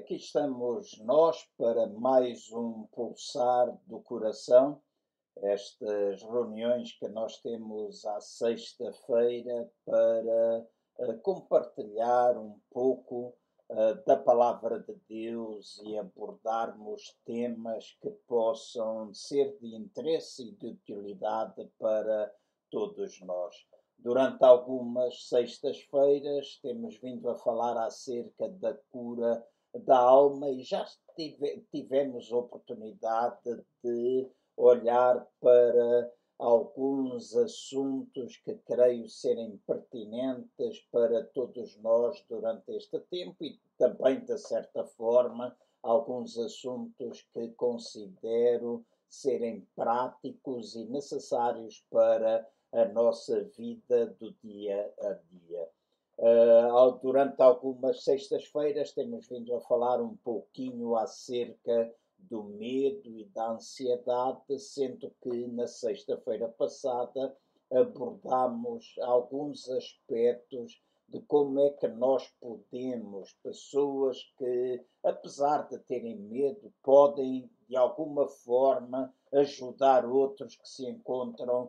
Aqui estamos nós para mais um pulsar do coração, estas reuniões que nós temos à sexta-feira para compartilhar um pouco da palavra de Deus e abordarmos temas que possam ser de interesse e de utilidade para todos nós. Durante algumas sextas-feiras temos vindo a falar acerca da cura da alma e já tivemos oportunidade de olhar para alguns assuntos que creio serem pertinentes para todos nós durante este tempo e também, de certa forma, alguns assuntos que considero serem práticos e necessários para a nossa vida do dia a dia. Durante algumas sextas-feiras temos vindo a falar um pouquinho acerca do medo e da ansiedade, sendo que na sexta-feira passada abordamos alguns aspectos de como é que nós podemos, pessoas que, apesar de terem medo, podem de alguma forma ajudar outros que se encontram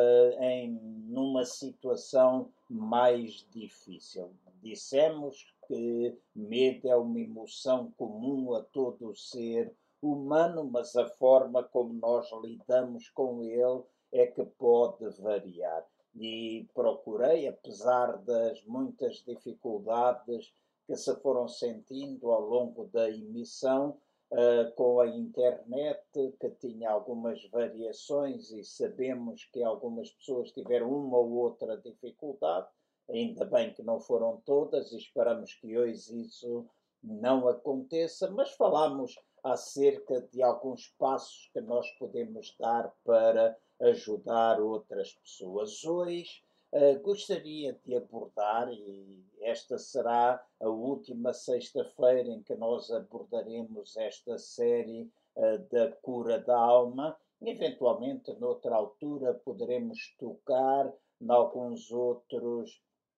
numa situação mais difícil. Dissemos que medo é uma emoção comum a todo o ser humano, mas a forma como nós lidamos com ele é que pode variar. E procurei, apesar das muitas dificuldades que se foram sentindo ao longo da emissão, com a internet, que tinha algumas variações e sabemos que algumas pessoas tiveram uma ou outra dificuldade, ainda bem que não foram todas e esperamos que hoje isso não aconteça, mas falamos acerca de alguns passos que nós podemos dar para ajudar outras pessoas. Hoje gostaria de abordar, e esta será a última sexta-feira em que nós abordaremos esta série da cura da alma. Eventualmente, noutra altura, poderemos tocar em alguns outros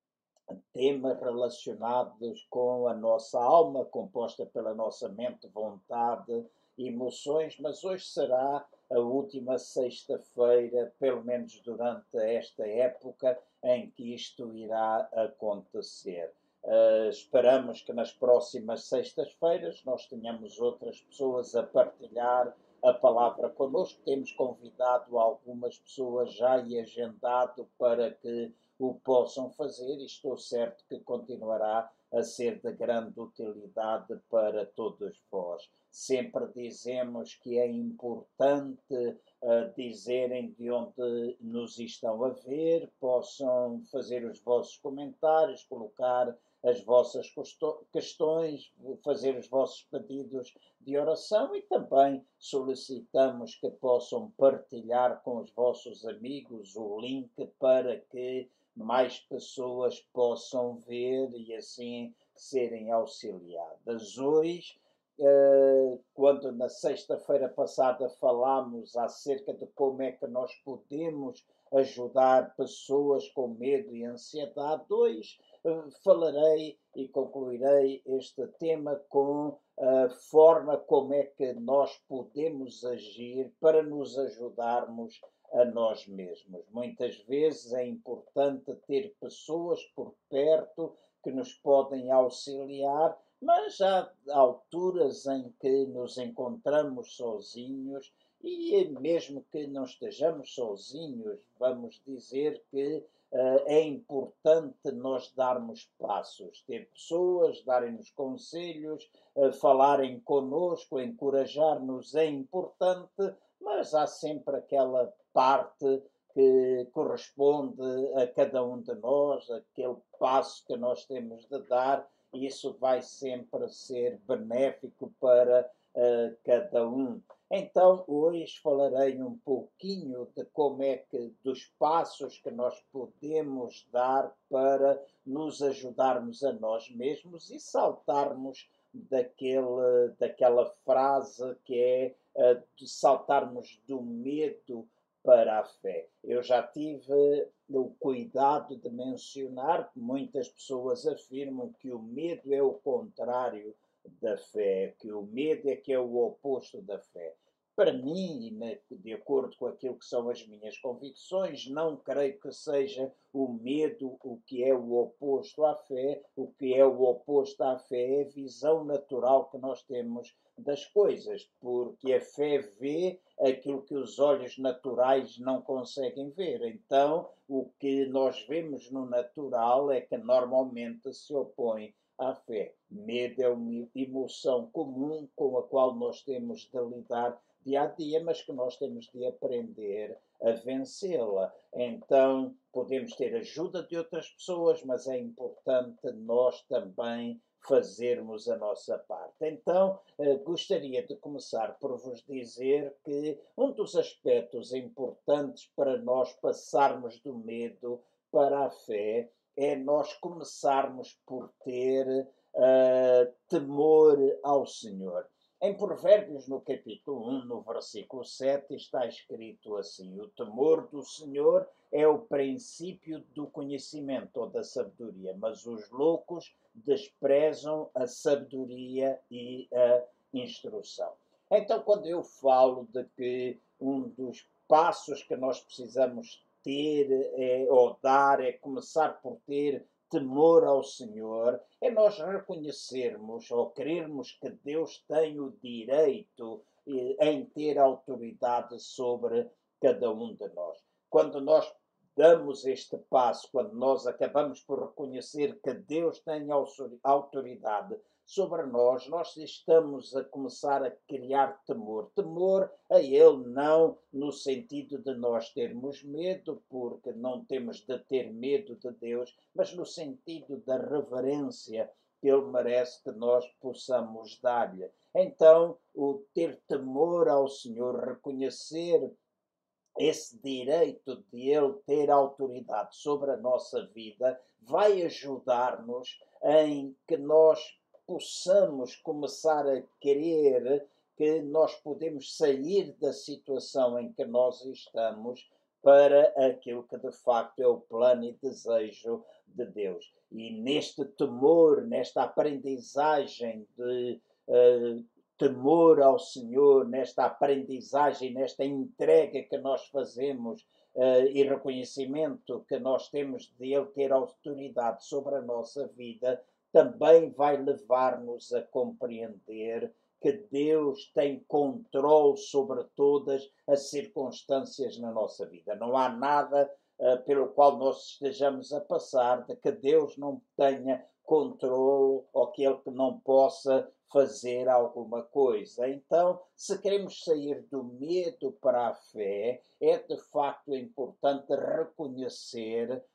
temas relacionados com a nossa alma, composta pela nossa mente, vontade e emoções, mas hoje será a última sexta-feira, pelo menos durante esta época, em que isto irá acontecer. Esperamos que nas próximas sextas-feiras nós tenhamos outras pessoas a partilhar a palavra connosco. Temos convidado algumas pessoas já e agendado para que o possam fazer e estou certo que continuará a ser de grande utilidade para todos vós. Sempre dizemos que é importante dizerem de onde nos estão a ver, possam fazer os vossos comentários, colocar as vossas questões, fazer os vossos pedidos de oração e também solicitamos que possam partilhar com os vossos amigos o link para que mais pessoas possam ver e assim serem auxiliadas. Hoje, quando na sexta-feira passada falámos acerca de como é que nós podemos ajudar pessoas com medo e ansiedade, hoje falarei e concluirei este tema com a forma como é que nós podemos agir para nos ajudarmos a nós mesmos. Muitas vezes é importante ter pessoas por perto que nos podem auxiliar, mas há alturas em que nos encontramos sozinhos e mesmo que não estejamos sozinhos, vamos dizer que é importante nós darmos passos, ter pessoas, darem-nos conselhos, falarem connosco, encorajar-nos é importante, mas há sempre aquela parte que corresponde a cada um de nós, aquele passo que nós temos de dar, e isso vai sempre ser benéfico para cada um. Então, hoje falarei um pouquinho de como é que, dos passos que nós podemos dar para nos ajudarmos a nós mesmos e saltarmos daquela frase que é de saltarmos do medo para a fé. Eu já tive o cuidado de mencionar que muitas pessoas afirmam que o medo é o contrário da fé, que o medo é que é o oposto da fé. Para mim, de acordo com aquilo que são as minhas convicções, não creio que seja o medo o que é o oposto à fé. O que é o oposto à fé é a visão natural que nós temos das coisas, porque a fé vê aquilo que os olhos naturais não conseguem ver. Então, o que nós vemos no natural é que normalmente se opõe à fé. Medo é uma emoção comum com a qual nós temos de lidar dia a dia, mas que nós temos de aprender a vencê-la. Então, podemos ter ajuda de outras pessoas, mas é importante nós também fazermos a nossa parte. Então, gostaria de começar por vos dizer que um dos aspectos importantes para nós passarmos do medo para a fé é nós começarmos por ter temor ao Senhor. Em Provérbios, no capítulo 1, no versículo 7, está escrito assim: o temor do Senhor é o princípio do conhecimento ou da sabedoria, mas os loucos desprezam a sabedoria e a instrução. Então, quando eu falo de que um dos passos que nós precisamos ter ou dar é começar por ter temor ao Senhor, é nós reconhecermos ou querermos que Deus tem o direito em ter autoridade sobre cada um de nós. Quando nós damos este passo, quando nós acabamos por reconhecer que Deus tem autoridade sobre nós, nós estamos a começar a criar temor. Temor a Ele, não no sentido de nós termos medo, porque não temos de ter medo de Deus, mas no sentido da reverência que Ele merece que nós possamos dar-lhe. Então, o ter temor ao Senhor, reconhecer esse direito de Ele ter autoridade sobre a nossa vida, vai ajudar-nos em que nós possamos começar a querer que nós podemos sair da situação em que nós estamos para aquilo que de facto é o plano e desejo de Deus. E neste temor, nesta aprendizagem de temor ao Senhor, nesta aprendizagem, nesta entrega que nós fazemos e reconhecimento que nós temos de Ele ter autoridade sobre a nossa vida, também vai levar-nos a compreender que Deus tem controle sobre todas as circunstâncias na nossa vida. Não há nada pelo qual nós estejamos a passar de que Deus não tenha controle ou que Ele não possa fazer alguma coisa. Então, se queremos sair do medo para a fé, é de facto importante reconhecer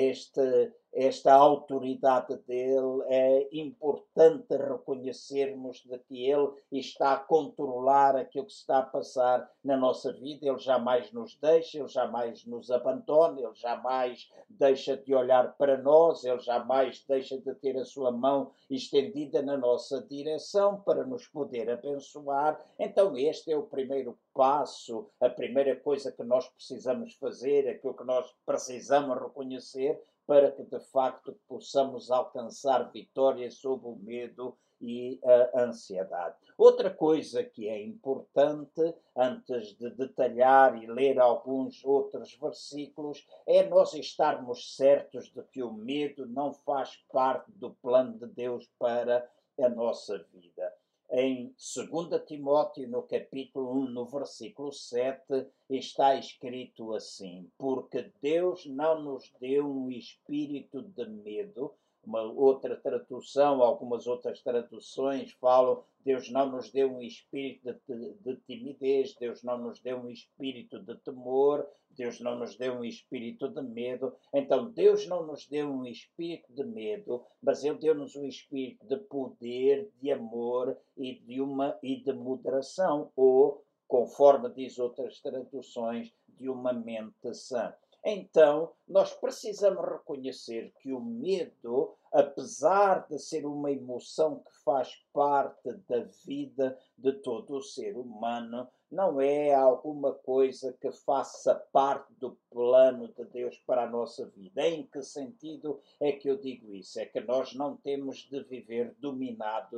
esta autoridade dele. É importante reconhecermos de que ele está a controlar aquilo que se está a passar na nossa vida. Ele jamais nos deixa, ele jamais nos abandona, ele jamais deixa de olhar para nós, ele jamais deixa de ter a sua mão estendida na nossa direção para nos poder abençoar. Então este é o primeiro passo, a primeira coisa que nós precisamos fazer, aquilo que nós precisamos reconhecer para que de facto possamos alcançar vitória sobre o medo e a ansiedade. Outra coisa que é importante, antes de detalhar e ler alguns outros versículos, é nós estarmos certos de que o medo não faz parte do plano de Deus para a nossa vida. Em 2 Timóteo, no capítulo 1, no versículo 7, está escrito assim: porque Deus não nos deu um espírito de medo. Uma outra tradução, algumas outras traduções falam: Deus não nos deu um espírito de timidez, Deus não nos deu um espírito de temor, Deus não nos deu um espírito de medo. Então, Deus não nos deu um espírito de medo, mas Ele deu-nos um espírito de poder, de amor e de moderação, ou, conforme diz outras traduções, de uma mente sã. Então, nós precisamos reconhecer que o medo, apesar de ser uma emoção que faz parte da vida de todo o ser humano, não é alguma coisa que faça parte do plano de Deus para a nossa vida. Em que sentido é que eu digo isso? É que nós não temos de viver dominados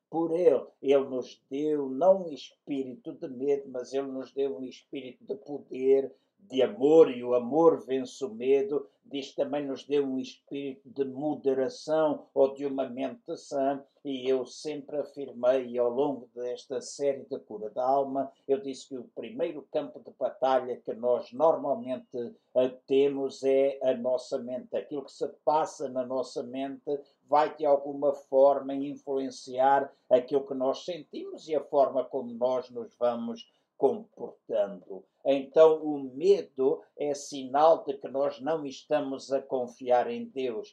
por Ele. Ele nos deu não um espírito de medo, mas Ele nos deu um espírito de poder, de amor, e o amor vence o medo. Diz também nos deu um espírito de moderação ou de uma mente sã. E eu sempre afirmei ao longo desta série de cura da alma, eu disse que o primeiro campo de batalha que nós normalmente temos é a nossa mente. Aquilo que se passa na nossa mente vai de alguma forma influenciar aquilo que nós sentimos e a forma como nós nos vamos comportando. Então, o medo é sinal de que nós não estamos a confiar em Deus.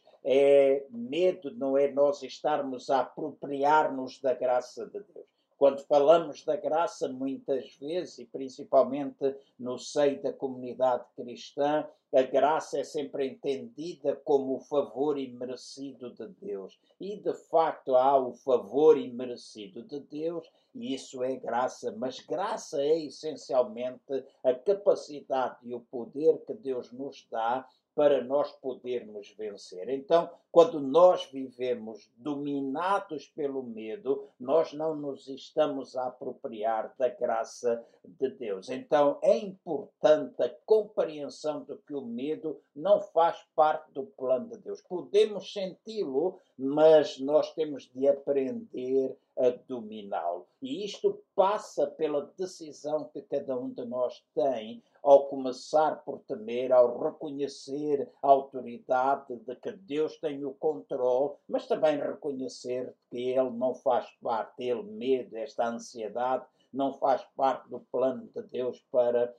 Medo não é nós estarmos a apropriar-nos da graça de Deus. Quando falamos da graça, muitas vezes, e principalmente no seio da comunidade cristã, a graça é sempre entendida como o favor imerecido de Deus. E, de facto, há o favor imerecido de Deus, e isso é graça. Mas graça é, essencialmente, a capacidade e o poder que Deus nos dá para nós podermos vencer. Então, quando nós vivemos dominados pelo medo, nós não nos estamos a apropriar da graça de Deus. Então, é importante a compreensão de que o medo não faz parte do plano de Deus. Podemos senti-lo, mas nós temos de aprender a dominá-lo. E isto passa pela decisão que cada um de nós tem ao começar por temer, ao reconhecer a autoridade de que Deus tem o controle, mas também reconhecer que Ele não faz parte, ele medo, esta ansiedade, não faz parte do plano de Deus para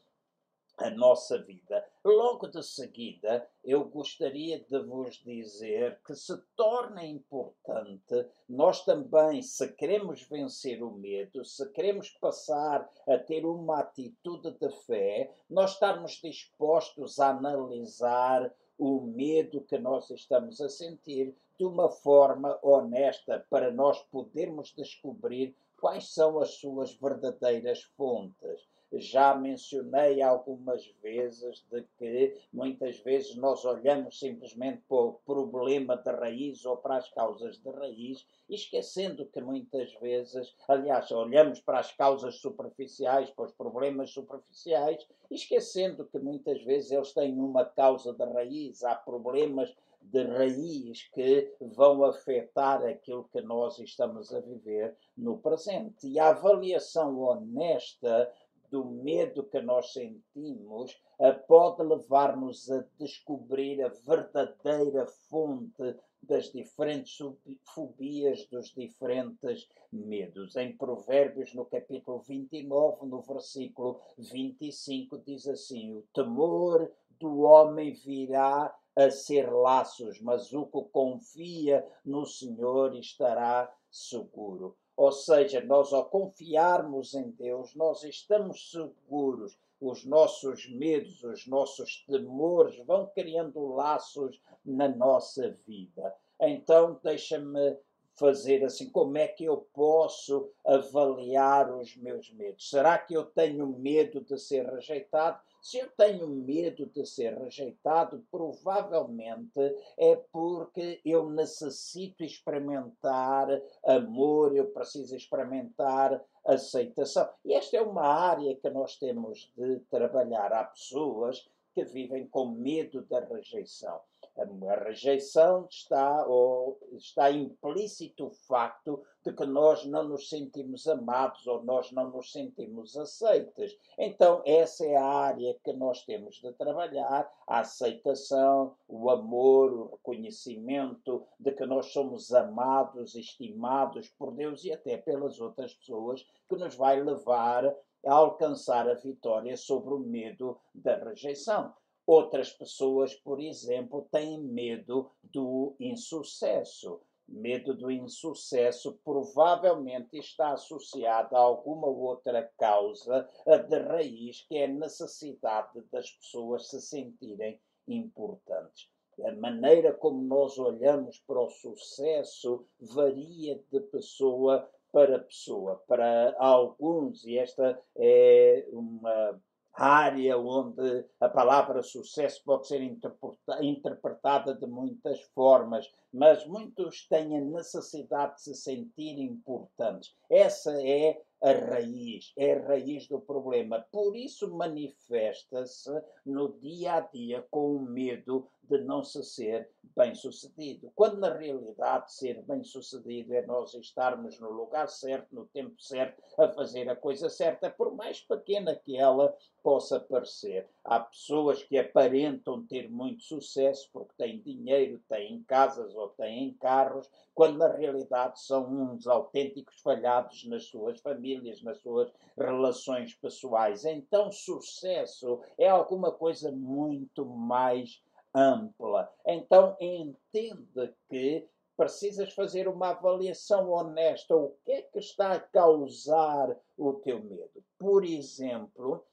a nossa vida. Logo de seguida, eu gostaria de vos dizer que se torna importante nós também, se queremos vencer o medo, se queremos passar a ter uma atitude de fé, nós estarmos dispostos a analisar o medo que nós estamos a sentir de uma forma honesta, para nós podermos descobrir quais são as suas verdadeiras fontes. Já mencionei algumas vezes de que muitas vezes nós olhamos simplesmente para o problema de raiz ou para as causas de raiz, esquecendo que muitas vezes, aliás, olhamos para as causas superficiais, para os problemas superficiais, esquecendo que muitas vezes eles têm uma causa de raiz. Há problemas de raiz que vão afetar aquilo que nós estamos a viver no presente. E a avaliação honesta do medo que nós sentimos pode levar-nos a descobrir a verdadeira fonte das diferentes fobias, dos diferentes medos. Em Provérbios, no capítulo 29, no versículo 25, diz assim: o temor do homem virá a ser laços, mas o que confia no Senhor estará seguro. Ou seja, nós ao confiarmos em Deus, nós estamos seguros. Os nossos medos, os nossos temores vão criando laços na nossa vida. Então, deixa-me fazer assim, como é que eu posso avaliar os meus medos? Será que eu tenho medo de ser rejeitado? Se eu tenho medo de ser rejeitado, provavelmente é porque eu necessito experimentar amor, eu preciso experimentar aceitação. E esta é uma área que nós temos de trabalhar. Há pessoas que vivem com medo da rejeição. A rejeição está implícito o facto de que nós não nos sentimos amados ou nós não nos sentimos aceites. Então, essa é a área que nós temos de trabalhar, a aceitação, o amor, o reconhecimento de que nós somos amados, estimados por Deus e até pelas outras pessoas, que nos vai levar a alcançar a vitória sobre o medo da rejeição. Outras pessoas, por exemplo, têm medo do insucesso. Medo do insucesso provavelmente está associado a alguma outra causa de raiz, que é a necessidade das pessoas se sentirem importantes. A maneira como nós olhamos para o sucesso varia de pessoa para pessoa. Para alguns, e esta é uma área onde a palavra sucesso pode ser interpretada de muitas formas, mas muitos têm a necessidade de se sentir importantes. Essa é a raiz do problema. Por isso manifesta-se no dia a dia com o medo de não se ser bem-sucedido. Quando na realidade ser bem-sucedido é nós estarmos no lugar certo, no tempo certo, a fazer a coisa certa, por mais pequena que ela possa parecer. Há pessoas que aparentam ter muito sucesso porque têm dinheiro, têm casas ou têm carros, quando na realidade são uns autênticos falhados nas suas famílias, nas suas relações pessoais. Então, sucesso é alguma coisa muito mais ampla. Então, entenda que precisas fazer uma avaliação honesta. O que é que está a causar o teu medo? Por exemplo,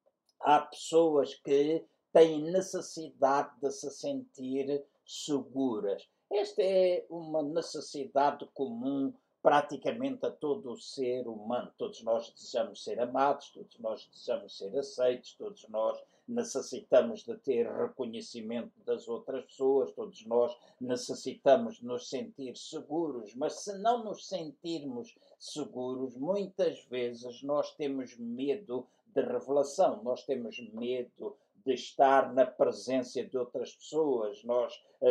há pessoas que têm necessidade de se sentir seguras. Esta é uma necessidade comum praticamente a todo o ser humano. Todos nós desejamos ser amados, todos nós desejamos ser aceitos, todos nós necessitamos de ter reconhecimento das outras pessoas, todos nós necessitamos nos sentir seguros, mas se não nos sentirmos seguros, muitas vezes nós temos medo de revelação, nós temos medo de estar na presença de outras pessoas, nós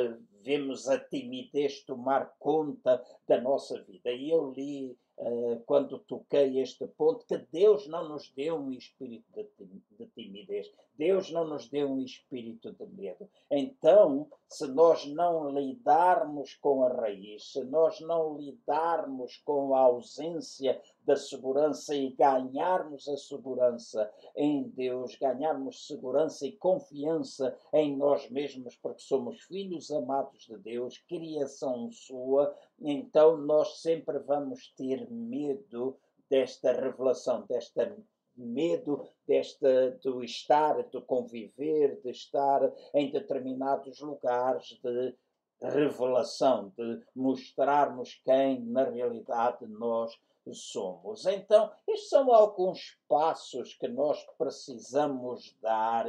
vemos a timidez tomar conta da nossa vida. E eu li, quando toquei este ponto, que Deus não nos deu um espírito de timidez, Deus não nos deu um espírito de medo. Então, se nós não lidarmos com a raiz, se nós não lidarmos com a ausência da segurança e ganharmos a segurança em Deus, ganharmos segurança e confiança em nós mesmos, porque somos filhos amados de Deus, criação sua, então nós sempre vamos ter medo desta revelação, desta medo do estar, de conviver, de estar em determinados lugares de revelação, de mostrarmos quem na realidade nós somos. Então, estes são alguns passos que nós precisamos dar,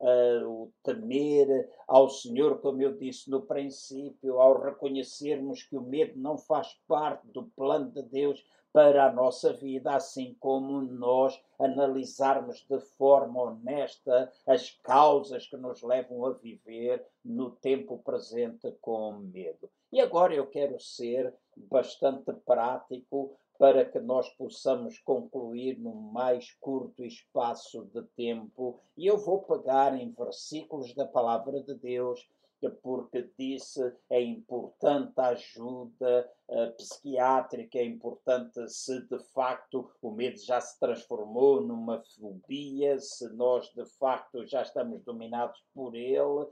o temer ao Senhor, como eu disse no princípio, ao reconhecermos que o medo não faz parte do plano de Deus para a nossa vida, assim como nós analisarmos de forma honesta as causas que nos levam a viver no tempo presente com medo. E agora eu quero ser bastante prático para que nós possamos concluir no mais curto espaço de tempo. E eu vou pegar em versículos da palavra de Deus, porque disse é importante a ajuda psiquiátrica, é importante se de facto o medo já se transformou numa fobia, se nós de facto já estamos dominados por ele,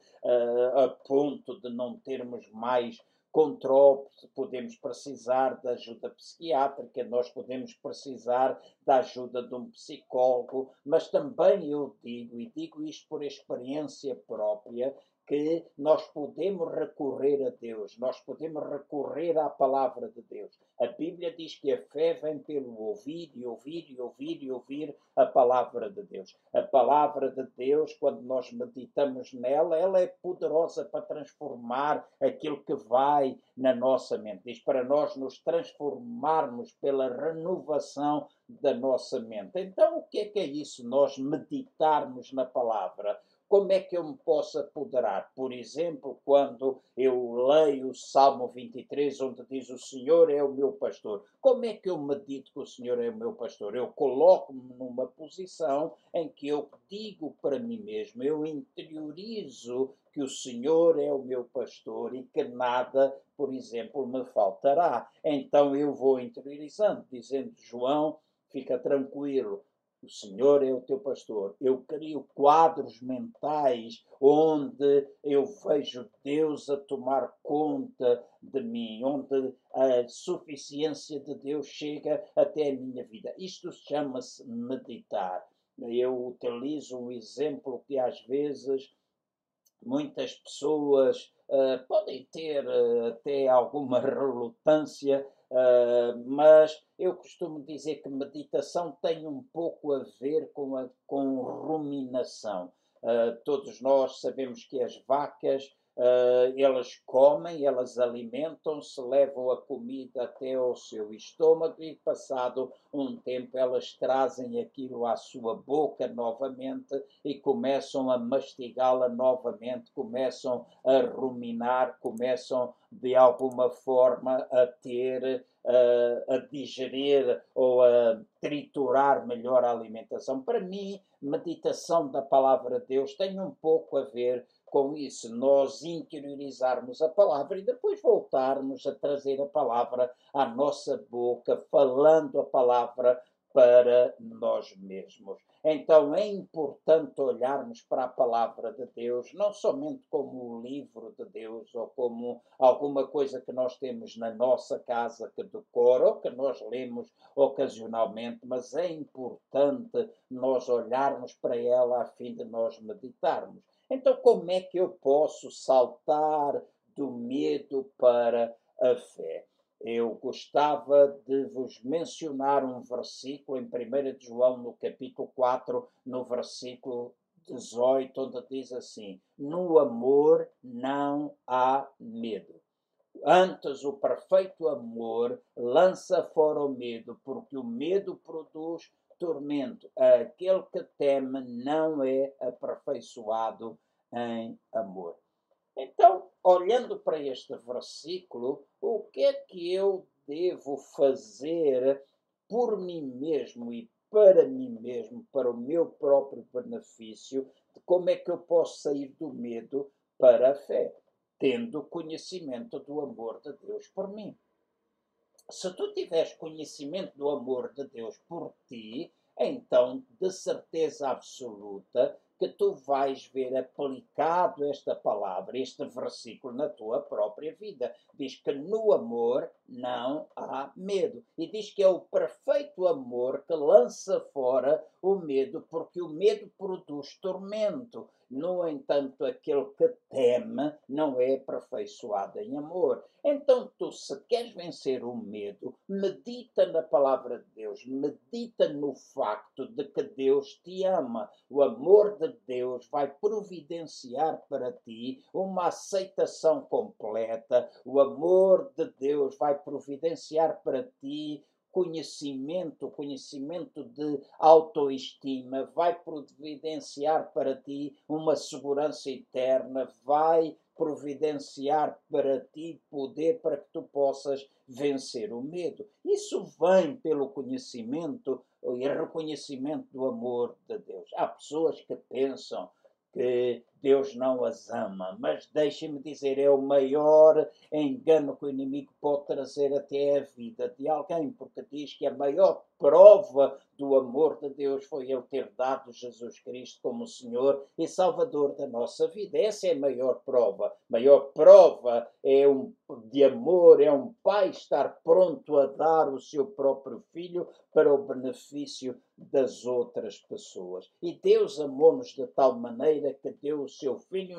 a ponto de não termos mais controle, podemos precisar de ajuda psiquiátrica, nós podemos precisar da ajuda de um psicólogo, mas também eu digo, e digo isto por experiência própria, que nós podemos recorrer a Deus, nós podemos recorrer à palavra de Deus. A Bíblia diz que a fé vem pelo ouvir e ouvir e ouvir e ouvir a palavra de Deus. A palavra de Deus, quando nós meditamos nela, ela é poderosa para transformar aquilo que vai na nossa mente. Diz para nós nos transformarmos pela renovação da nossa mente. Então, o que é isso? Nós meditarmos na palavra. Como é que eu me posso apoderar? Por exemplo, quando eu leio o Salmo 23, onde diz o Senhor é o meu pastor. Como é que eu medito que o Senhor é o meu pastor? Eu coloco-me numa posição em que eu digo para mim mesmo, eu interiorizo que o Senhor é o meu pastor e que nada, por exemplo, me faltará. Então eu vou interiorizando, dizendo, João, fica tranquilo, o Senhor é o teu pastor. Eu crio quadros mentais onde eu vejo Deus a tomar conta de mim, onde a suficiência de Deus chega até a minha vida. Isto chama-se meditar. Eu utilizo um exemplo que às vezes muitas pessoas podem ter até alguma relutância Mas eu costumo dizer que meditação tem um pouco a ver com ruminação. Todos nós sabemos que as vacas, elas comem, elas alimentam-se, levam a comida até ao seu estômago e, passado um tempo, elas trazem aquilo à sua boca novamente e começam a mastigá-la novamente, começam a ruminar, começam de alguma forma a ter, a digerir ou a triturar melhor a alimentação. Para mim, meditação da palavra de Deus tem um pouco a ver com isso, nós interiorizarmos a palavra e depois voltarmos a trazer a palavra à nossa boca, falando a palavra para nós mesmos. Então é importante olharmos para a palavra de Deus, não somente como o livro de Deus ou como alguma coisa que nós temos na nossa casa que decora ou que nós lemos ocasionalmente, mas é importante nós olharmos para ela a fim de nós meditarmos. Então, como é que eu posso saltar do medo para a fé? Eu gostava de vos mencionar um versículo em 1 de João, no capítulo 4, no versículo 18, onde diz assim: no amor não há medo. Antes, o perfeito amor lança fora o medo, porque o medo produz tormento. Aquele que teme não é aperfeiçoado em amor. Então, olhando para este versículo, o que é que eu devo fazer por mim mesmo e para mim mesmo, para o meu próprio benefício, de como é que eu posso sair do medo para a fé, tendo conhecimento do amor de Deus por mim? Se tu tiveres conhecimento do amor de Deus por ti, então, de certeza absoluta, que tu vais ver aplicado esta palavra, este versículo, na tua própria vida. Diz que no amor não há medo. E diz que é o perfeito amor que lança fora o medo, porque o medo produz tormento. No entanto, aquele que teme não é aperfeiçoado em amor. Então, tu, se queres vencer o medo, medita na palavra de Deus, medita no facto de que Deus te ama. O amor de Deus vai providenciar para ti uma aceitação completa. O amor de Deus vai providenciar para ti conhecimento de autoestima, vai providenciar para ti uma segurança eterna, vai providenciar para ti poder para que tu possas vencer o medo. Isso vem pelo conhecimento e reconhecimento do amor de Deus. Há pessoas que pensam que Deus não as ama, mas deixem-me dizer, é o maior engano que o inimigo pode trazer até a vida de alguém, porque diz que a maior prova do amor de Deus foi ele ter dado Jesus Cristo como Senhor e Salvador da nossa vida. Essa é a maior prova. A maior prova de amor, é um pai estar pronto a dar o seu próprio filho para o benefício das outras pessoas. E Deus amou-nos de tal maneira que deu o seu Filho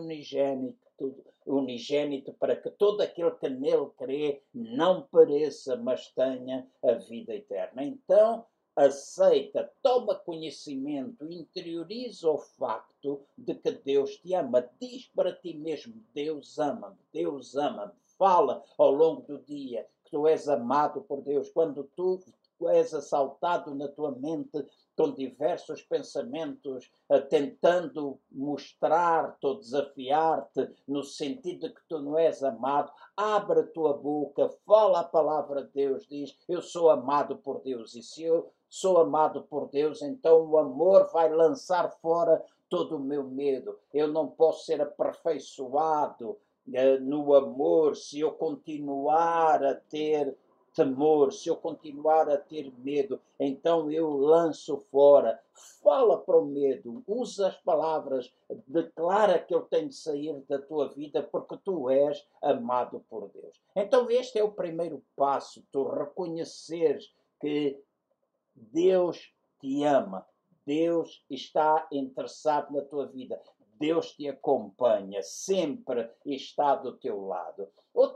unigênito para que todo aquele que nele crê não pereça, mas tenha a vida eterna. Então, aceita, toma conhecimento, interioriza o facto de que Deus te ama. Diz para ti mesmo, Deus ama-me, Deus ama-me. Fala ao longo do dia que tu és amado por Deus. Quando tu és assaltado na tua mente com diversos pensamentos, tentando mostrar-te ou desafiar-te no sentido de que tu não és amado, abre a tua boca, fala a palavra de Deus, diz, eu sou amado por Deus. E se eu sou amado por Deus, então o amor vai lançar fora todo o meu medo. Eu não posso ser aperfeiçoado no amor se eu continuar a ter temor, se eu continuar a ter medo, então eu lanço fora. Fala para o medo, usa as palavras, declara que ele tem de sair da tua vida porque tu és amado por Deus. Então este é o primeiro passo, tu reconheceres que Deus te ama, Deus está interessado na tua vida, Deus te acompanha, sempre está do teu lado. Outra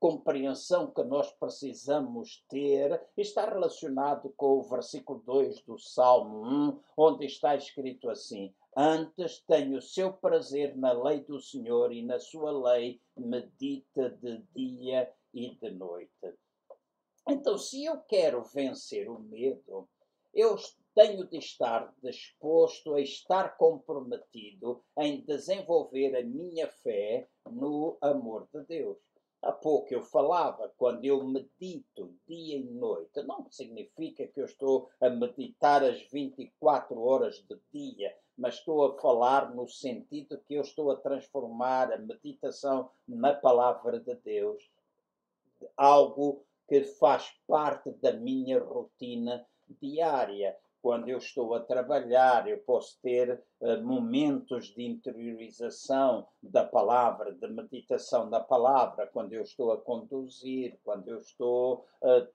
compreensão que nós precisamos ter está relacionado com o versículo 2 do Salmo 1, onde está escrito assim: Antes tenho o seu prazer na lei do Senhor e na sua lei medita de dia e de noite. Então, se eu quero vencer o medo, eu tenho de estar disposto a estar comprometido em desenvolver a minha fé no amor de Deus. Há pouco eu falava, quando eu medito dia e noite, não significa que eu estou a meditar as 24 horas do dia, mas estou a falar no sentido que eu estou a transformar a meditação na palavra de Deus algo que faz parte da minha rotina diária. Quando eu estou a trabalhar, eu posso ter momentos de interiorização da palavra, de meditação da palavra, quando eu estou a conduzir, quando eu estou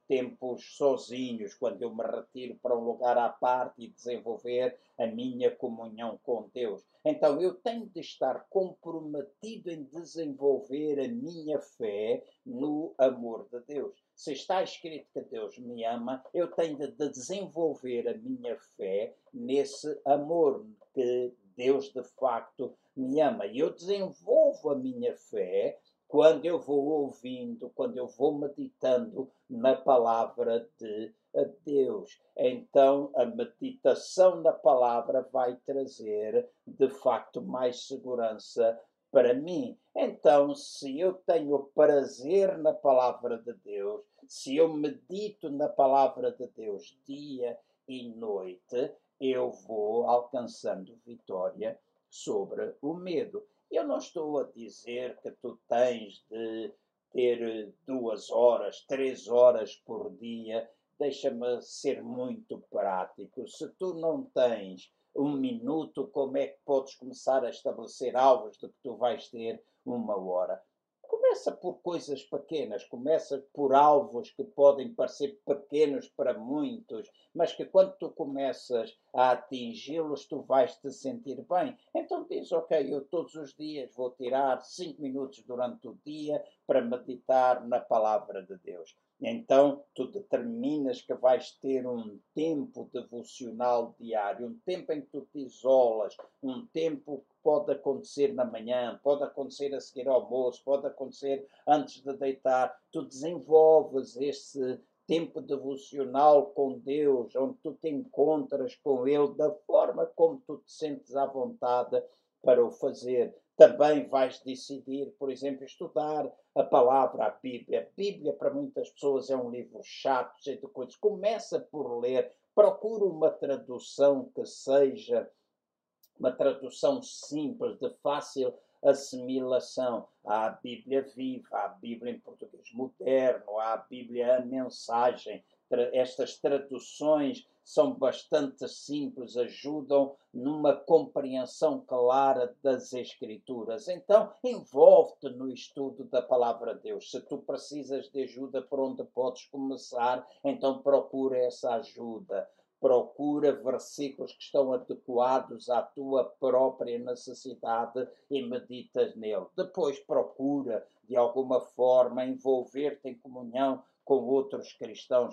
tempos sozinhos, quando eu me retiro para um lugar à parte e desenvolver a minha comunhão com Deus. Então eu tenho de estar comprometido em desenvolver a minha fé no amor de Deus. Se está escrito que Deus me ama, eu tenho de desenvolver a minha fé nesse amor que Deus de facto me ama. E eu desenvolvo a minha fé quando eu vou ouvindo, quando eu vou meditando na palavra de Deus. Então, a meditação na palavra vai trazer, de facto, mais segurança para mim. Então, se eu tenho prazer na palavra de Deus, se eu medito na palavra de Deus dia e noite, eu vou alcançando vitória sobre o medo. Eu não estou a dizer que tu tens de ter 2 horas, 3 horas por dia. Deixa-me ser muito prático. Se tu não tens 1 minuto, como é que podes começar a estabelecer alvos de que tu vais ter 1 hora? Começa por coisas pequenas, começa por alvos que podem parecer pequenos para muitos, mas que quando tu começas a atingi-los, tu vais te sentir bem. Então diz, ok, eu todos os dias vou tirar 5 minutos durante o dia para meditar na palavra de Deus. Então, tu determinas que vais ter um tempo devocional diário, um tempo em que tu te isolas, um tempo que pode acontecer na manhã, pode acontecer a seguir ao almoço, pode acontecer antes de deitar. Tu desenvolves esse tempo devocional com Deus, onde tu te encontras com Ele da forma como tu te sentes à vontade para o fazer. Também vais decidir, por exemplo, estudar a palavra, a Bíblia. A Bíblia, para muitas pessoas, é um livro chato, cheio de coisas. Começa por ler, procura uma tradução que seja uma tradução simples, de fácil assimilação. Há a Bíblia Viva, há a Bíblia em português moderno, há a Bíblia a Mensagem. Estas traduções são bastante simples, ajudam numa compreensão clara das Escrituras. Então, envolve-te no estudo da Palavra de Deus. Se tu precisas de ajuda por onde podes começar, então procura essa ajuda. Procura versículos que estão adequados à tua própria necessidade e meditas nele. Depois procura, de alguma forma, envolver-te em comunhão com outros cristãos.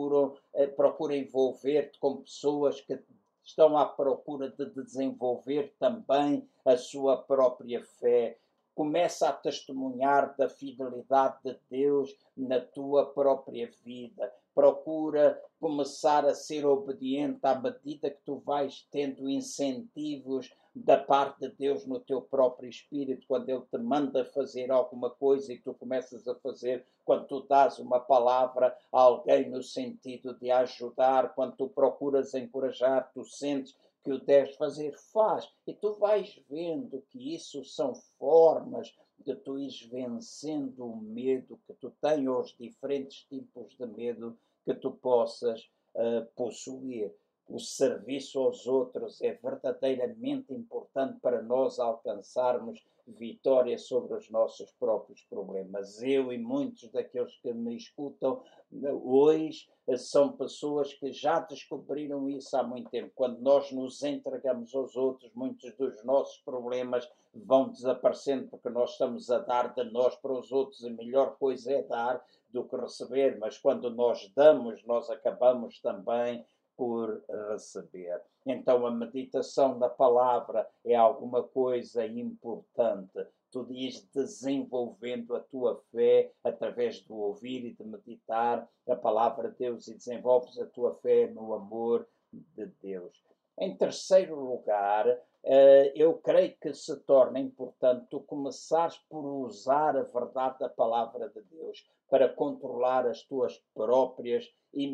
Procura envolver-te com pessoas que estão à procura de desenvolver também a sua própria fé. Começa a testemunhar da fidelidade de Deus na tua própria vida. Procura começar a ser obediente à medida que tu vais tendo incentivos da parte de Deus no teu próprio espírito, quando Ele te manda fazer alguma coisa e tu começas a fazer, quando tu dás uma palavra a alguém no sentido de ajudar, quando tu procuras encorajar, tu sentes que o deves fazer, faz. E tu vais vendo que isso são formas de tu ires vencendo o medo que tu tens, ou os diferentes tipos de medo que tu possas possuir. o serviço aos outros é verdadeiramente importante para nós alcançarmos vitória sobre os nossos próprios problemas. Eu e muitos daqueles que me escutam hoje são pessoas que já descobriram isso há muito tempo. Quando nós nos entregamos aos outros, muitos dos nossos problemas vão desaparecendo porque nós estamos a dar de nós para os outros. A melhor coisa é dar do que receber, mas quando nós damos, nós acabamos também por receber. Então, a meditação da palavra é alguma coisa importante. Tu diz desenvolvendo a tua fé através do ouvir e de meditar a palavra de Deus e desenvolves a tua fé no amor de Deus. Em terceiro lugar, eu creio que se torna importante tu começares por usar a verdade da palavra de Deus para controlar as tuas próprias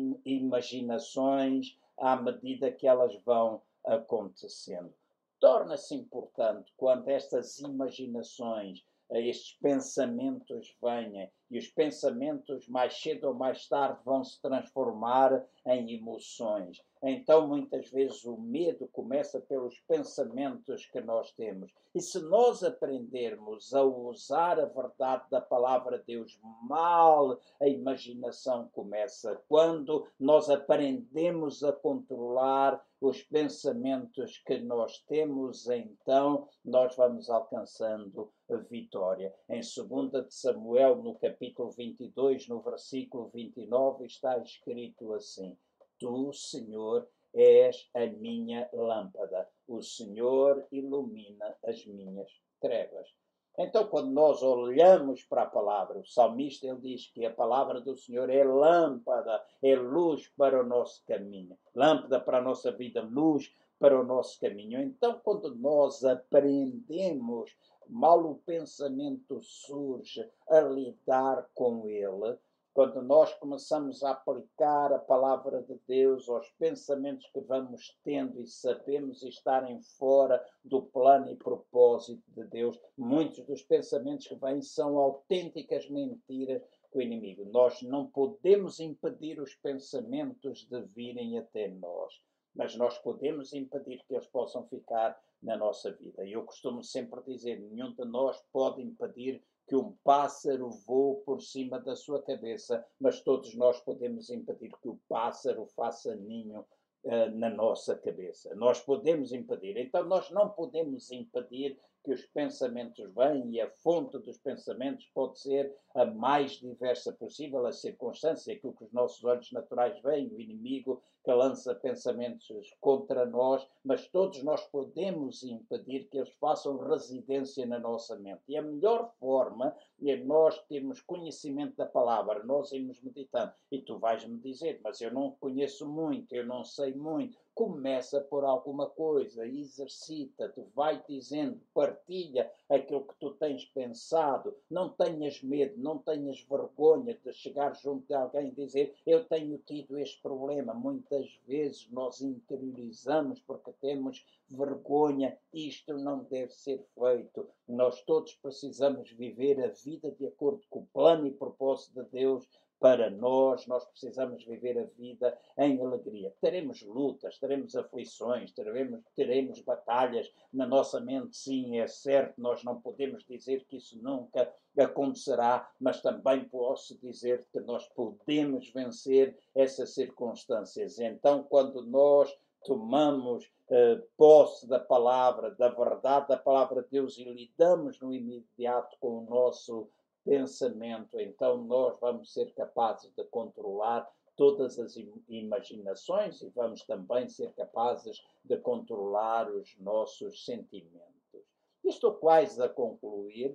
imaginações à medida que elas vão acontecendo. Torna-se importante quando estas imaginações, estes pensamentos venham, e os pensamentos mais cedo ou mais tarde vão se transformar em emoções. Então, muitas vezes, o medo começa pelos pensamentos que nós temos. E se nós aprendermos a usar a verdade da palavra de Deus mal, a imaginação começa. Quando nós aprendemos a controlar os pensamentos que nós temos, então nós vamos alcançando a vitória. Em 2 de Samuel, no capítulo 22, no versículo 29, está escrito assim: Tu, Senhor, és a minha lâmpada. O Senhor ilumina as minhas trevas. Então, quando nós olhamos para a palavra, o salmista ele diz que a palavra do Senhor é lâmpada, é luz para o nosso caminho. Lâmpada para a nossa vida, luz para o nosso caminho. Então, quando nós aprendemos, mal o pensamento surge, a lidar com ele, quando nós começamos a aplicar a palavra de Deus aos pensamentos que vamos tendo e sabemos estarem fora do plano e propósito de Deus, muitos dos pensamentos que vêm são autênticas mentiras do inimigo. Nós não podemos impedir os pensamentos de virem até nós, mas nós podemos impedir que eles possam ficar na nossa vida. E eu costumo sempre dizer, nenhum de nós pode impedir que um pássaro voe por cima da sua cabeça, mas todos nós podemos impedir que o pássaro faça ninho na nossa cabeça. Nós podemos impedir. Então, nós não podemos impedir que os pensamentos venham, e a fonte dos pensamentos pode ser a mais diversa possível, a circunstância, aquilo que os nossos olhos naturais veem, o inimigo que lança pensamentos contra nós, mas todos nós podemos impedir que eles façam residência na nossa mente. E a melhor forma é nós termos conhecimento da palavra, nós irmos meditando. E tu vais-me dizer, mas eu não conheço muito, eu não sei muito. Começa por alguma coisa, exercita-te, vai dizendo, partilha aquilo que tu tens pensado, não tenhas medo, não tenhas vergonha de chegar junto de alguém e dizer, eu tenho tido este problema. Muitas vezes nós interiorizamos porque temos vergonha, isto não deve ser feito. Nós todos precisamos viver a vida de acordo com o plano e propósito de Deus para nós. Nós precisamos viver a vida em alegria. Teremos lutas, teremos aflições, teremos batalhas na nossa mente, sim, é certo, nós não podemos dizer que isso nunca acontecerá, mas também posso dizer que nós podemos vencer essas circunstâncias. Então, quando nós tomamos posse da palavra, da verdade da palavra de Deus e lidamos no imediato com o nosso pensamento, então nós vamos ser capazes de controlar todas as imaginações e vamos também ser capazes de controlar os nossos sentimentos. Estou quase a concluir,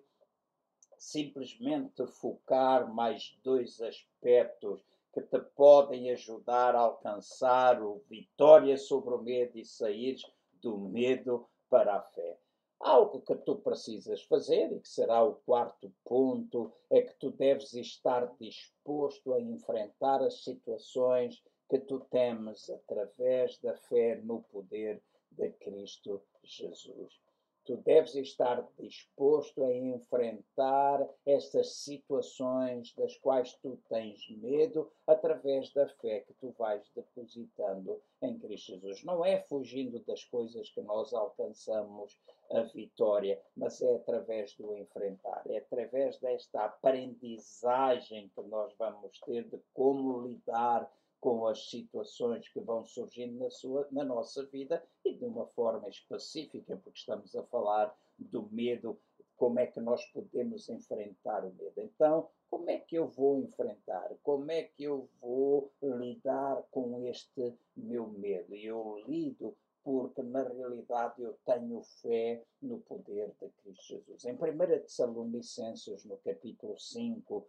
simplesmente focar mais dois aspectos que te podem ajudar a alcançar a vitória sobre o medo e sair do medo para a fé. Algo que tu precisas fazer, e que será o quarto ponto, é que tu deves estar disposto a enfrentar as situações que tu temes através da fé no poder de Cristo Jesus. Tu deves estar disposto a enfrentar estas situações das quais tu tens medo através da fé que tu vais depositando em Cristo Jesus. Não é fugindo das coisas que nós alcançamos a vitória, mas é através do enfrentar, é através desta aprendizagem que nós vamos ter de como lidar com as situações que vão surgindo na nossa vida e de uma forma específica, porque estamos a falar do medo, como é que nós podemos enfrentar o medo. Então, como é que eu vou enfrentar? Como é que eu vou lidar com este meu medo? E eu lido porque, na realidade, eu tenho fé no poder de Cristo Jesus. Em 1 Tessalonicenses, no capítulo 5,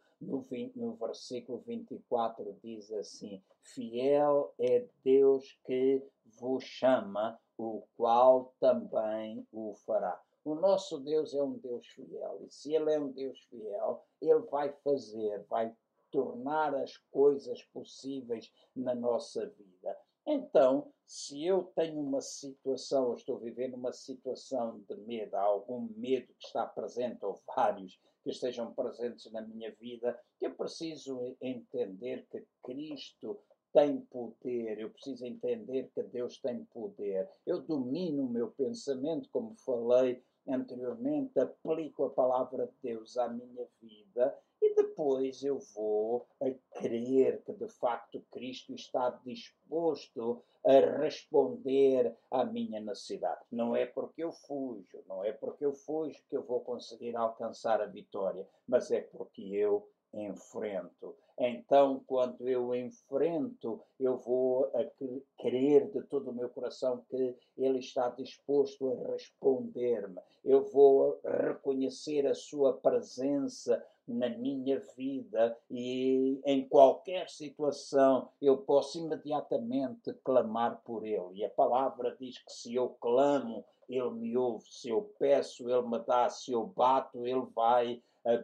no versículo 24, diz assim: Fiel é Deus que vos chama, o qual também o fará. O nosso Deus é um Deus fiel, e se Ele é um Deus fiel, Ele vai fazer, vai tornar as coisas possíveis na nossa vida. Então, se eu tenho uma situação, eu estou vivendo uma situação de medo, há algum medo que está presente, ou vários que estejam presentes na minha vida, eu preciso entender que Cristo tem poder, eu preciso entender que Deus tem poder. Eu domino o meu pensamento, como falei anteriormente, aplico a palavra de Deus à minha vida e depois eu vou a crer que de facto Cristo está disposto a responder à minha necessidade. Não é porque eu fujo, não é porque eu fujo que eu vou conseguir alcançar a vitória, mas é porque eu enfrento. Então, quando eu enfrento, eu vou a crer de todo o meu coração que Ele está disposto a responder-me. Eu vou reconhecer a Sua presença na minha vida e em qualquer situação eu posso imediatamente clamar por Ele. E a palavra diz que se eu clamo, Ele me ouve, se eu peço, Ele me dá, se eu bato, Ele vai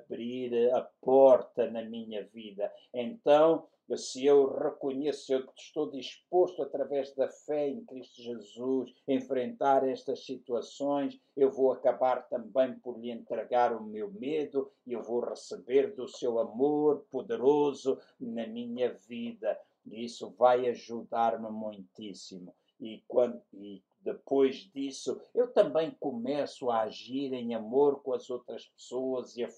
abrir a porta na minha vida. Então, se eu reconheço, se eu estou disposto, através da fé em Cristo Jesus, a enfrentar estas situações, eu vou acabar também por lhe entregar o meu medo e eu vou receber do seu amor poderoso na minha vida. E isso vai ajudar-me muitíssimo. E depois disso, eu também começo a agir em amor com as outras pessoas e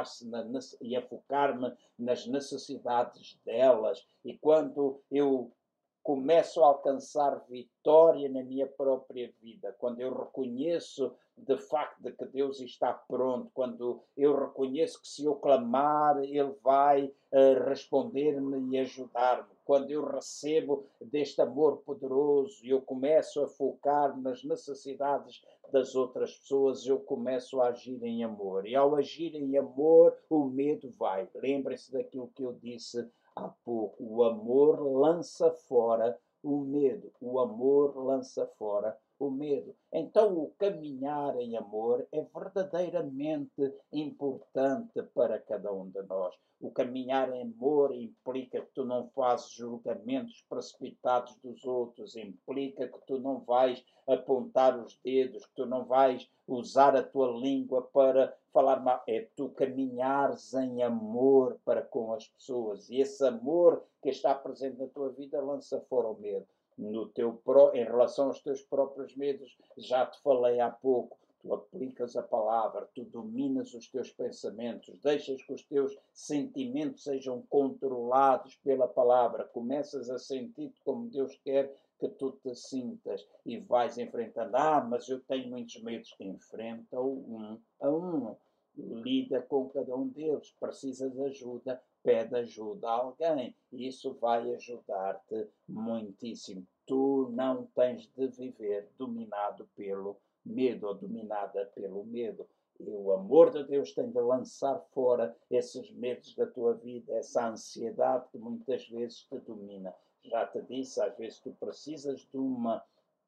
a focar-me nas necessidades delas. E quando eu começo a alcançar vitória na minha própria vida, quando eu reconheço de facto que Deus está pronto, quando eu reconheço que se eu clamar, Ele vai responder-me e ajudar-me, quando eu recebo deste amor poderoso e eu começo a focar nas necessidades das outras pessoas, eu começo a agir em amor. E ao agir em amor, o medo vai. Lembrem-se daquilo que eu disse há pouco. O amor lança fora o medo. O amor lança fora o medo. Então, o caminhar em amor é verdadeiramente importante para cada um de nós. O caminhar em amor implica que tu não fazes julgamentos precipitados dos outros, implica que tu não vais apontar os dedos, que tu não vais usar a tua língua para falar mal. É tu caminhares em amor para com as pessoas. E esse amor que está presente na tua vida lança fora o medo. Em relação aos teus próprios medos, já te falei há pouco, tu aplicas a palavra, tu dominas os teus pensamentos, deixas que os teus sentimentos sejam controlados pela palavra, começas a sentir-te como Deus quer que tu te sintas e vais enfrentando. Mas eu tenho muitos medos. Enfrenta-o um a um. Lida com cada um deles. Precisas de ajuda, pede ajuda a alguém. Isso vai ajudar-te muitíssimo. Tu não tens de viver dominado pelo medo ou dominada pelo medo. E o amor de Deus tem de lançar fora esses medos da tua vida, essa ansiedade que muitas vezes te domina. Já te disse, às vezes tu precisas de uma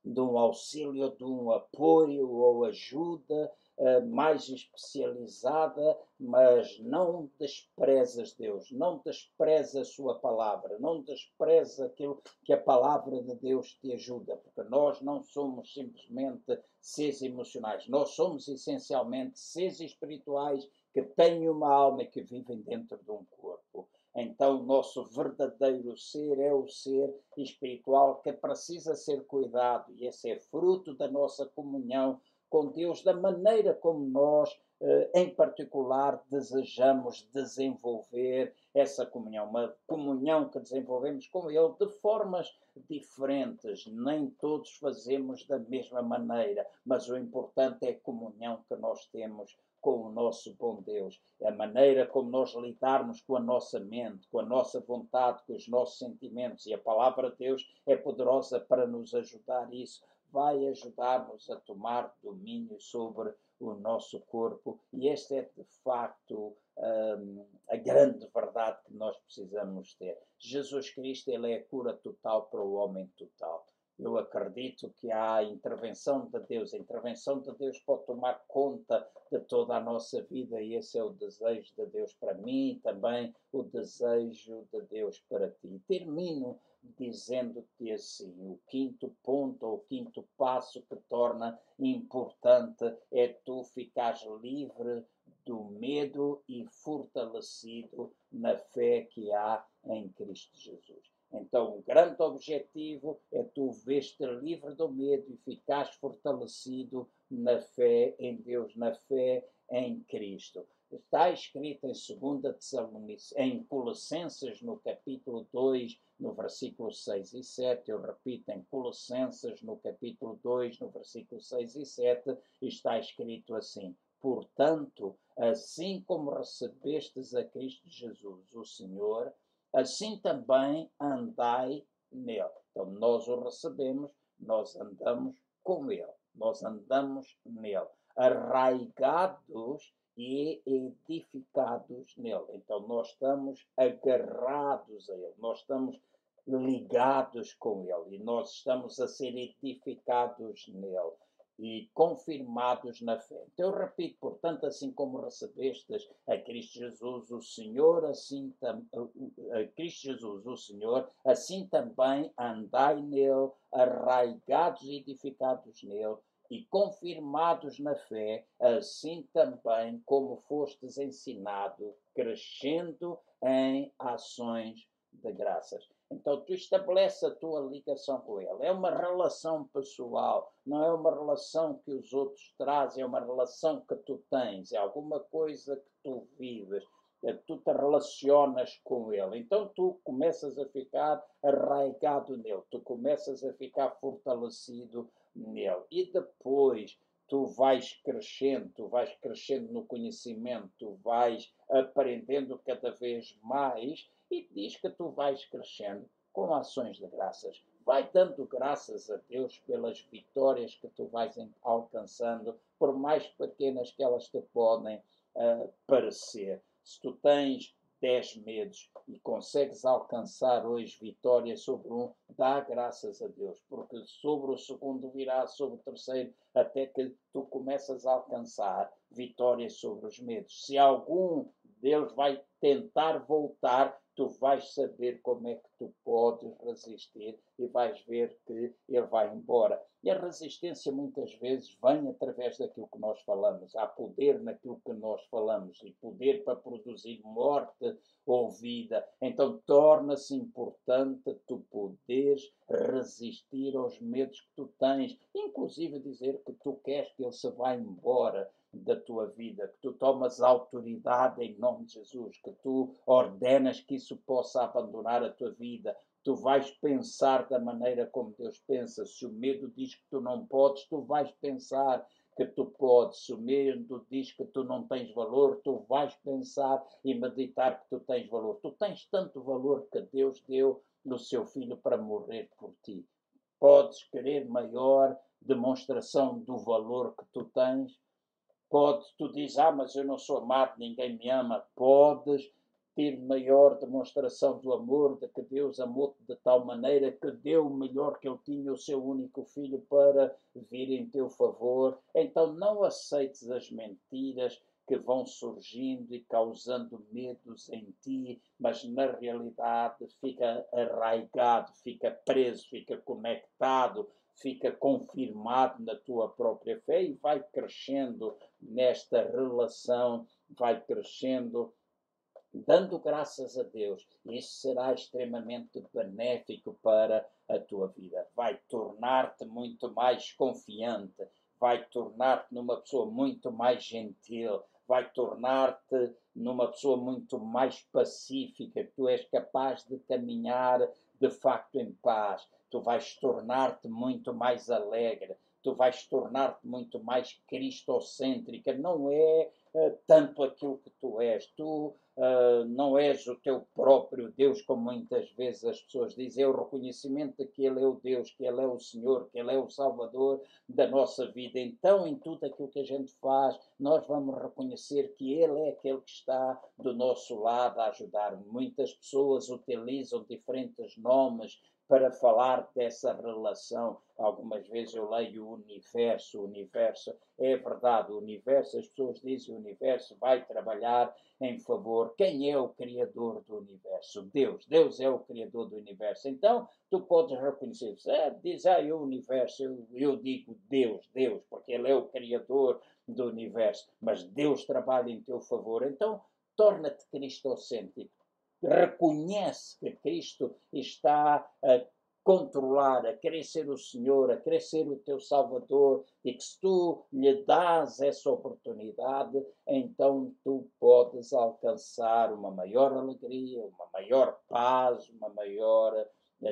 de um auxílio, de um apoio ou ajuda mais especializada, mas não desprezas Deus, não despreza a sua palavra, não despreza aquilo que a palavra de Deus te ajuda, porque nós não somos simplesmente seres emocionais, nós somos essencialmente seres espirituais que têm uma alma e que vivem dentro de um corpo. Então, o nosso verdadeiro ser é o ser espiritual que precisa ser cuidado, e esse é fruto da nossa comunhão com Deus, da maneira como nós, em particular, desejamos desenvolver essa comunhão. Uma comunhão que desenvolvemos com Ele de formas diferentes. Nem todos fazemos da mesma maneira, mas o importante é a comunhão que nós temos com o nosso bom Deus. A maneira como nós lidarmos com a nossa mente, com a nossa vontade, com os nossos sentimentos. E a palavra de Deus é poderosa para nos ajudar isso. Vai ajudar-nos a tomar domínio sobre o nosso corpo. E esta é, de facto, a grande verdade que nós precisamos ter. Jesus Cristo, ele é a cura total para o homem total. Eu acredito que há a intervenção de Deus. A intervenção de Deus pode tomar conta de toda a nossa vida e esse é o desejo de Deus para mim e também o desejo de Deus para ti. E termino dizendo-te assim, o quinto ponto, ou o quinto passo que torna importante é tu ficares livre do medo e fortalecido na fé que há em Cristo Jesus. Então, o grande objetivo é tu ver-te livre do medo e ficares fortalecido na fé em Deus, na fé em Cristo. Está escrito em Colossenses, no capítulo 2, no versículo 6 e 7, eu repito, em Colossenses, no capítulo 2, no versículo 6 e 7, está escrito assim: portanto, assim como recebestes a Cristo Jesus, o Senhor, assim também andai nele. Então, nós o recebemos, nós andamos com ele, nós andamos nele, arraigados e edificados nele. Então, nós estamos agarrados a ele, nós estamos ligados com ele e nós estamos a ser edificados nele e confirmados na fé. Então eu repito, portanto, assim como recebestes a Cristo Jesus, o Senhor, a Cristo Jesus, o Senhor, assim também andai nele, arraigados e edificados nele, e confirmados na fé, assim também como fostes ensinado, crescendo em ações de graças. Então tu estabelece a tua ligação com ele. É uma relação pessoal, não é uma relação que os outros trazem, é uma relação que tu tens, é alguma coisa que tu vives, tu te relacionas com ele. Então tu começas a ficar arraigado nele, tu começas a ficar fortalecido nele. E depois tu vais crescendo no conhecimento, tu vais aprendendo cada vez mais e diz que tu vais crescendo com ações de graças. Vai dando graças a Deus pelas vitórias que tu vais alcançando, por mais pequenas que elas te podem parecer. Se tu tens 10 medos e consegues alcançar hoje vitória sobre um, dá graças a Deus, porque sobre o segundo virá, sobre o terceiro, até que tu começas a alcançar vitória sobre os medos. Se algum deles vai tentar voltar, tu vais saber como é que tu podes resistir e vais ver que ele vai embora. E a resistência muitas vezes vem através daquilo que nós falamos. Há poder naquilo que nós falamos e poder para produzir morte ou vida. Então torna-se importante tu poderes resistir aos medos que tu tens, inclusive dizer que tu queres que ele se vá embora da tua vida, que tu tomas autoridade em nome de Jesus, que tu ordenas que isso possa abandonar a tua vida. Tu vais pensar da maneira como Deus pensa. Se o medo diz que tu não podes, tu vais pensar que tu podes. Se o medo diz que tu não tens valor, tu vais pensar e meditar que tu tens valor. Tu tens tanto valor que Deus deu no seu Filho para morrer por ti. Podes querer maior demonstração do valor que tu tens? Tu dizes, mas eu não sou amado, ninguém me ama. Podes ter maior demonstração do amor, de que Deus amou-te de tal maneira que deu o melhor que Ele tinha, o seu único filho, para vir em teu favor. Então não aceites as mentiras que vão surgindo e causando medos em ti, mas na realidade fica arraigado, fica preso, fica conectado, fica confirmado na tua própria fé e vai crescendo nesta relação, vai crescendo dando graças a Deus. Isso será extremamente benéfico para a tua vida. Vai tornar-te muito mais confiante, vai tornar-te numa pessoa muito mais gentil, vai tornar-te numa pessoa muito mais pacífica, que tu és capaz de caminhar de facto em paz. Tu vais tornar-te muito mais alegre, tu vais tornar-te muito mais cristocêntrica. Não é tanto aquilo que tu és. Tu não és o teu próprio Deus, como muitas vezes as pessoas dizem, é o reconhecimento de que Ele é o Deus, que Ele é o Senhor, que Ele é o Salvador da nossa vida. Então, em tudo aquilo que a gente faz, nós vamos reconhecer que Ele é aquele que está do nosso lado a ajudar. Muitas pessoas utilizam diferentes nomes para falar dessa relação. Algumas vezes eu leio o universo é verdade, o universo, as pessoas dizem o universo vai trabalhar em favor. Quem é o Criador do universo? Deus. Deus é o Criador do universo. Então, tu podes reconhecer, diz aí o universo, eu digo Deus, Deus, porque Ele é o Criador do universo, mas Deus trabalha em teu favor. Então, torna-te cristocêntrico. Reconhece que Cristo está a controlar, a querer ser o Senhor, a querer ser o teu Salvador, e que se tu lhe dás essa oportunidade, então tu podes alcançar uma maior alegria, uma maior paz, uma maior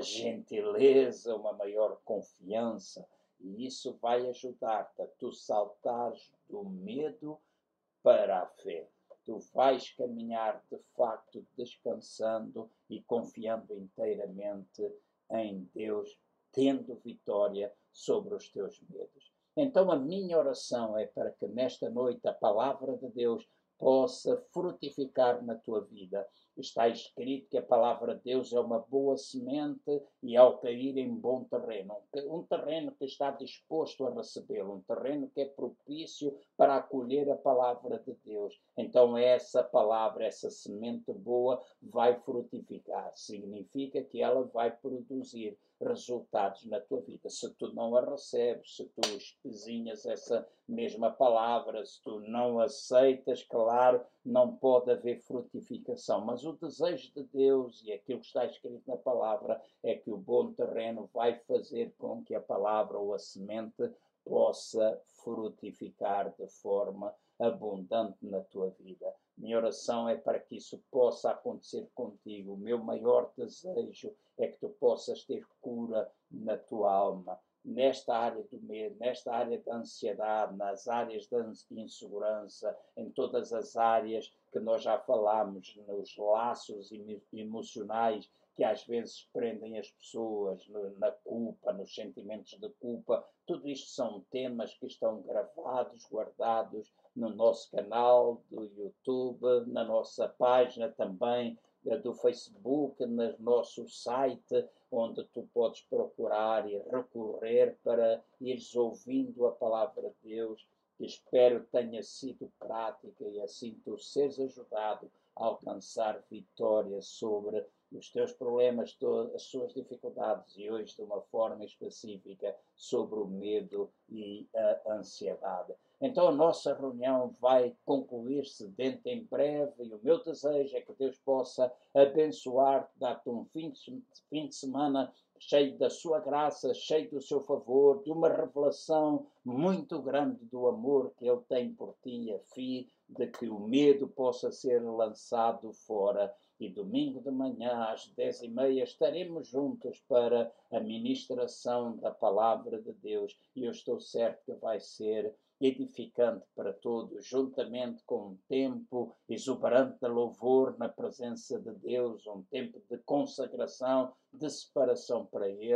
gentileza, uma maior confiança. E isso vai ajudar-te a tu saltares do medo para a fé. Tu vais caminhar de facto descansando e confiando inteiramente em Deus, tendo vitória sobre os teus medos. Então a minha oração é para que nesta noite a palavra de Deus possa frutificar na tua vida. Está escrito que a palavra de Deus é uma boa semente e ao cair em bom terreno, um terreno que está disposto a recebê-lo, um terreno que é propício para acolher a palavra de Deus. Então essa palavra, essa semente boa vai frutificar. Significa que ela vai produzir resultados na tua vida. Se tu não a recebes, se tu espezinhas essa mesma palavra, se tu não aceitas, claro, não pode haver frutificação. Mas o desejo de Deus e aquilo que está escrito na palavra é que o bom terreno vai fazer com que a palavra ou a semente possa frutificar de forma abundante na tua vida. Minha oração é para que isso possa acontecer contigo. O meu maior desejo é que tu possas ter cura na tua alma, nesta área do medo, nesta área da ansiedade, nas áreas da insegurança, em todas as áreas que nós já falámos, nos laços emocionais que às vezes prendem as pessoas, na culpa, nos sentimentos de culpa. Tudo isto são temas que estão gravados, guardados no nosso canal do YouTube, na nossa página também do Facebook, no nosso site, onde tu podes procurar e recorrer para ires ouvindo a palavra de Deus, que espero tenha sido prática e assim tu seres ajudado a alcançar vitória sobre os teus problemas, as suas dificuldades e hoje de uma forma específica sobre o medo e a ansiedade. Então a nossa reunião vai concluir-se dentro em breve e o meu desejo é que Deus possa abençoar-te, dar-te um fim de semana cheio da sua graça, cheio do seu favor, de uma revelação muito grande do amor que Ele tem por ti, a fim de que o medo possa ser lançado fora. E domingo de manhã, às 10h30, estaremos juntos para a ministração da palavra de Deus. E eu estou certo que vai ser edificante para todos, juntamente com um tempo exuberante de louvor na presença de Deus, um tempo de consagração, de separação para Ele.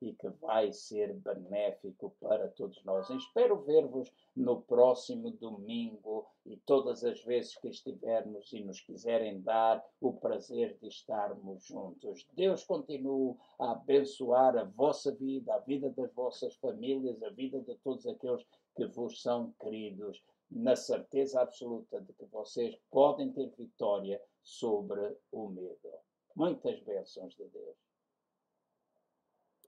e que vai ser benéfico para todos nós. E espero ver-vos no próximo domingo e todas as vezes que estivermos e nos quiserem dar o prazer de estarmos juntos. Deus continue a abençoar a vossa vida, a vida das vossas famílias, a vida de todos aqueles que vos são queridos, na certeza absoluta de que vocês podem ter vitória sobre o medo. Muitas bênçãos de Deus.